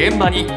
現場に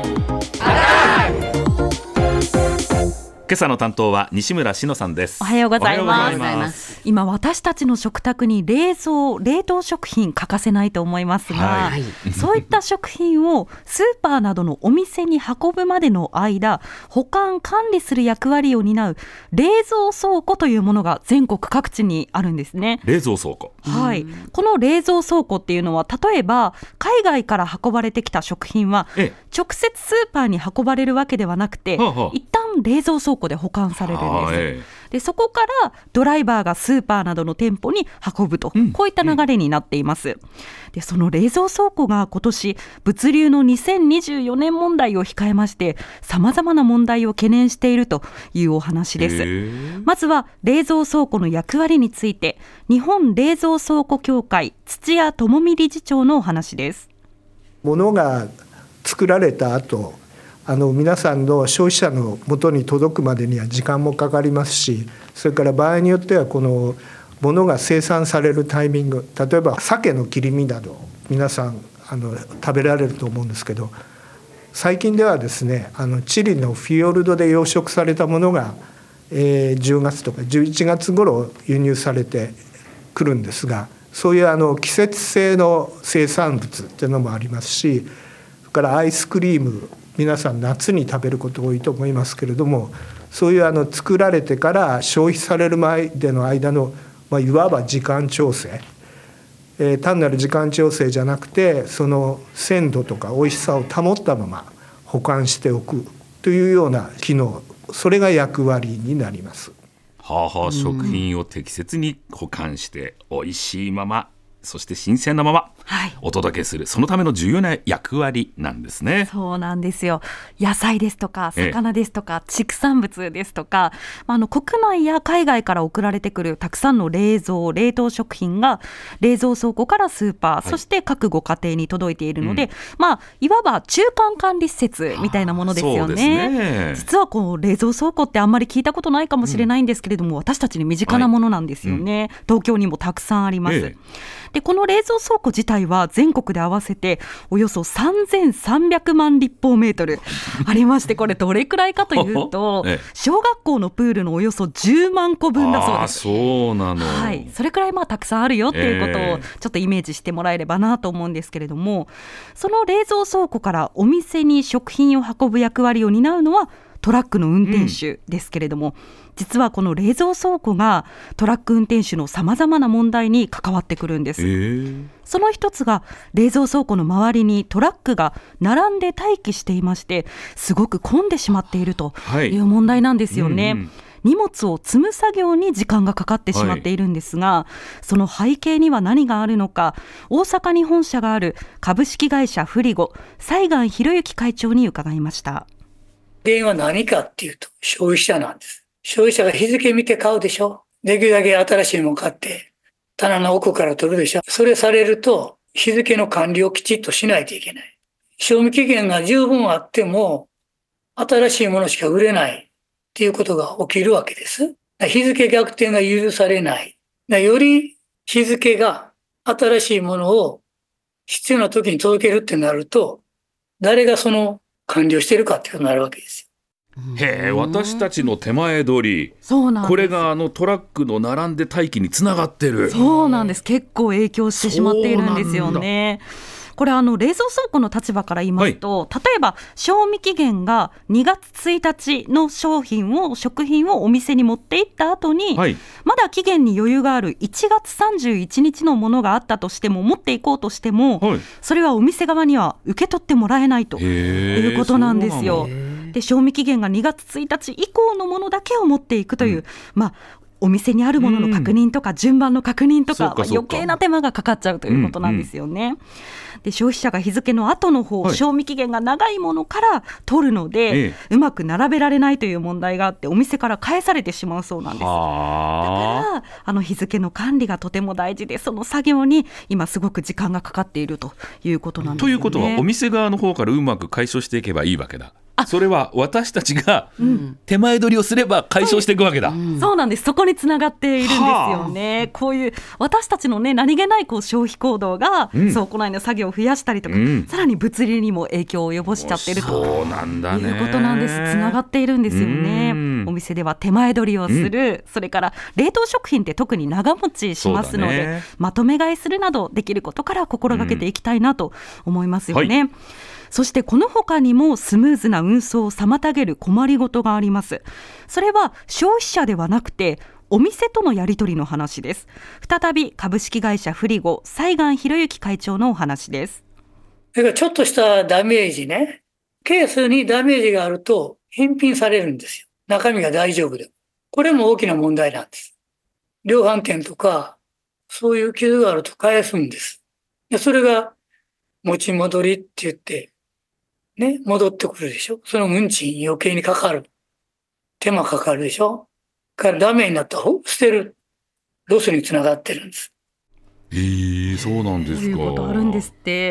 今朝の担当は西村篠さんです。 おはようございます。今私たちの食卓に冷凍食品欠かせないと思いますが、そういった食品をスーパーなどのお店に運ぶまでの間、保管管理する役割を担う冷蔵倉庫というものが全国各地にあるんですね。 冷蔵倉庫、 はい、この冷蔵倉庫っていうのは、例えば海外から運ばれてきた食品は直接スーパーに運ばれるわけではなくて、一旦冷蔵倉庫で保管されるんです。でそこからドライバーがスーパーなどの店舗に運ぶと、こういった流れになっています。でその冷蔵倉庫が今年物流の2024年問題を控えまして、さまざまな問題を懸念しているというお話です。まずは冷蔵倉庫の役割について、日本冷蔵倉庫協会土屋智美理事長のお話です。 物が作られた後、皆さんの消費者の元に届くまでには時間もかかりますし、それから場合によってはこの物が生産されるタイミング、例えば鮭の切り身など皆さん食べられると思うんですけど、最近ではですね、チリのフィヨルドで養殖されたものが、10月とか11月頃輸入されてくるんですが、そういう季節性の生産物っていうのもありますし、それからアイスクリーム、皆さん夏に食べること多いと思いますけれども、そういう作られてから消費されるまでの間の、いわば時間調整、単なる時間調整じゃなくて、その鮮度とか美味しさを保ったまま保管しておくというような機能、それが役割になります。 食品を適切に保管して美味しいまま、そして新鮮なままお届けする、そのための重要な役割なんですね。 そうなんですよ。野菜ですとか魚ですとか畜産物ですとか、国内や海外から送られてくるたくさんの冷凍食品が冷蔵倉庫からスーパー、そして各ご家庭に届いているので、いわば中間管理施設みたいなものですよね。実はこう冷蔵倉庫ってあんまり聞いたことないかもしれないんですけれども、私たちに身近なものなんですよね。東京にもたくさんあります。でこの冷蔵倉庫自体は全国で合わせておよそ3300万立方メートルありまして、これどれくらいかというと小学校のプールのおよそ10万個分だそうです。 そうなの、 それくらいたくさんあるよっていうことをちょっとイメージしてもらえればなと思うんですけれども、その冷蔵倉庫からお店に食品を運ぶ役割を担うのはトラックの運転手ですけれども、実はこの冷蔵倉庫がトラック運転手のさまざまな問題に関わってくるんです。その一つが冷蔵倉庫の周りにトラックが並んで待機していまして、すごく混んでしまっているという問題なんですよね。荷物を積む作業に時間がかかってしまっているんですが、その背景には何があるのか、大阪に本社がある株式会社フリゴ西岸博之会長に伺いました。 原因は何かっていうと消費者なんです。消費者が日付見て買うでしょ。できるだけ新しいもの買って棚の奥から取るでしょ。それされると日付の管理をきちっとしないといけない。賞味期限が十分あっても新しいものしか売れないっていうことが起きるわけです。日付逆転が許されない。より日付が新しいものを必要な時に届けるってなると、誰がその管理をしているかっていうことになるわけですよ。私たちの手前通り、これがトラックの並んで待機につながってる。 そうなんです。結構影響してしまっているんですよね。これ冷蔵倉庫の立場から言いますと、例えば賞味期限が2月1日の食品をお店に持って行った後に、まだ期限に余裕がある1月31日のものがあったとしても、持っていこうとしても、それはお店側には受け取ってもらえないということなんですよ。で賞味期限が2月1日以降のものだけを持っていくという、お店にあるものの確認とか順番の確認とか、余計な手間がかかっちゃうということなんですよね。で消費者が日付の後の方、賞味期限が長いものから取るので、うまく並べられないという問題があって、お店から返されてしまうそうなんです。だから日付の管理がとても大事で、その作業に今すごく時間がかかっているということなんですよね。 ということはお店側の方からうまく解消していけばいいわけだ。 それは私たちが手前取りをすれば解消していくわけだ。 そうなんです。そこにつながっているんですよね。こういう私たちのね、何気ない消費行動が倉庫内の作業を増やしたりとか、さらに物流にも影響を及ぼしちゃってるとそうなんだね、 いうことなんです。つながっているんですよね。お店では手前取りをする、それから冷凍食品って特に長持ちしますので、まとめ買いするなどできることから心がけていきたいなと思いますよね。はい、そしてこの他にもスムーズな運送を妨げる困りごとがあります。それは消費者ではなくてお店とのやり取りの話です。再び株式会社フリゴ西岸博之会長のお話です。 だからちょっとしたダメージね、ケースにダメージがあると返品されるんですよ。中身が大丈夫で。これも大きな問題なんです。量販店とかそういう傷があると返すんです。でそれが持ち戻りって言ってね、戻ってくるでしょ。その運賃余計にかかる。手間かかるでしょ。からダメになったら捨てる。ロスにつながってるんです。 そうなんですか。 そういうことあるんですって。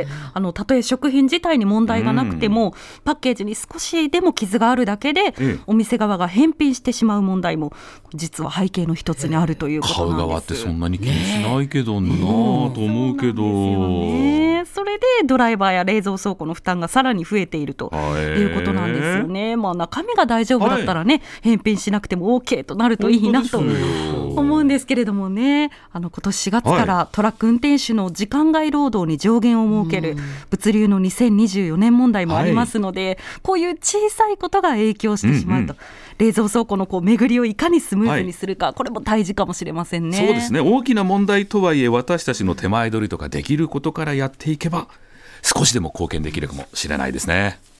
たとえ食品自体に問題がなくても、パッケージに少しでも傷があるだけで、お店側が返品してしまう問題も実は背景の一つにあるということなんです。 買う側ってそんなに気にしないけどなと思うけど、 それでドライバーや冷蔵倉庫の負担がさらに増えているということなんですよね。中身が大丈夫だったらね、返品しなくても OK となるといいなと思うんですけれどもね。今年4月からトラック運転手の時間外労働に上限を設ける物流の2024年問題もありますので、こういう小さいことが影響してしまうと、冷蔵倉庫の巡りをいかにスムーズにするか、これも大事かもしれませんね。 そうですね。大きな問題とはいえ私たちの手前取りとかできることからやっていけば少しでも貢献できるかもしれないですね。